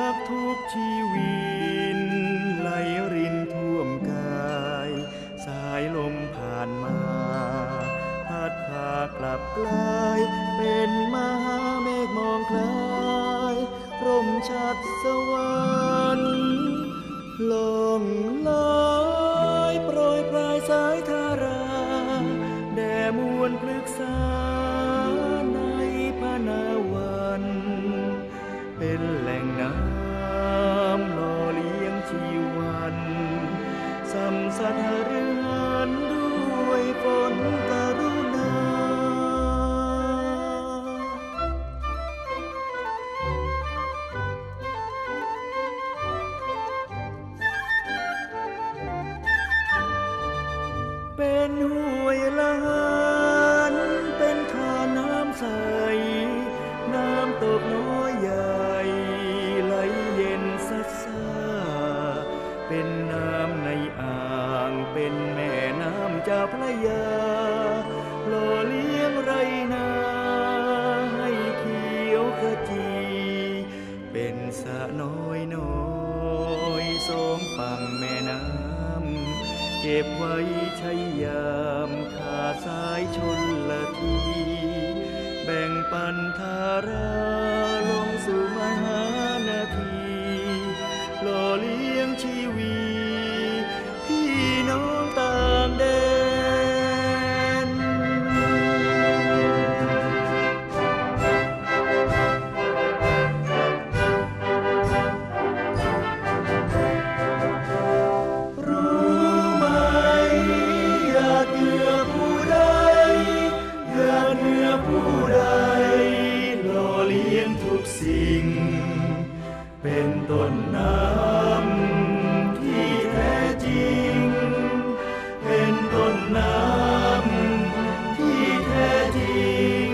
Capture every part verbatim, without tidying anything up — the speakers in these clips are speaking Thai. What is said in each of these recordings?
กทุกชีวินไหลรินท่วมกายสายลมผ่านมาพัดพากลับกลายเป็นมหาเมฆมองคล้ายร่มชัดสวรรค์ลงลอยโปรยปลายสายธาราแด่มวลพฤกษาในพนาวันเป็นแหล่งน้ำหล่อเลี้ยงชีวันสัมสัทธาเรือนด้วยฝนกรุณาเป็นห้วยละหันเป็นท่าน้ำใสน้ำตกน้อยใหญ่ไหลเย็นซัดซ่าเป็นน้ำในอ่างเป็นแม่น้ำเจ้าพระยาหล่อเลี้ยงไรนาให้เขียวขจีเป็นสระน้อยน้อยสองฝั่งแม่น้ำเก็บไว้ใช้ยามขาสายชนละทีแบ่งปันธาราลงสู่มหานาทีหล่อเลี้ยงชีวีพี่น้องต่างแดนรู้ไหมอยากเหยื่อผู้ใดอยากเหยื่อผู้ใดหล่อเลี้ยงทุกสิ่งเป็นต้นน้ำที่แท้จริงเป็นต้นน้ำที่แท้จริง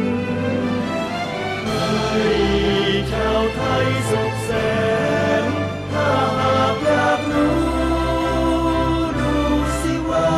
ให้ชาวไทยสุขแสนถ้าหากอยากรู้ดูสิว่า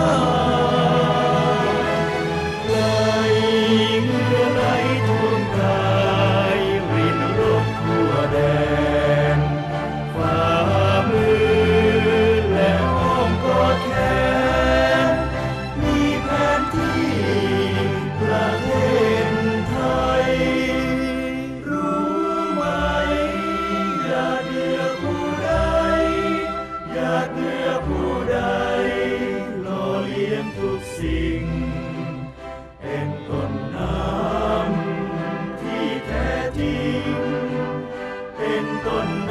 ไหลเหงื่อไหลท่วมกายรินรกทั่วแดนฝ่ามือและอ้อมกอดแขนมีแผนที่ประเทศไทยรู้ไหมอย่าเดือผู้ใดอย่าเดือผู้ใดหล่อเลี้ยงทุกสิ่งเป็นต้นน้ำที่แท้จริงเป็นต้น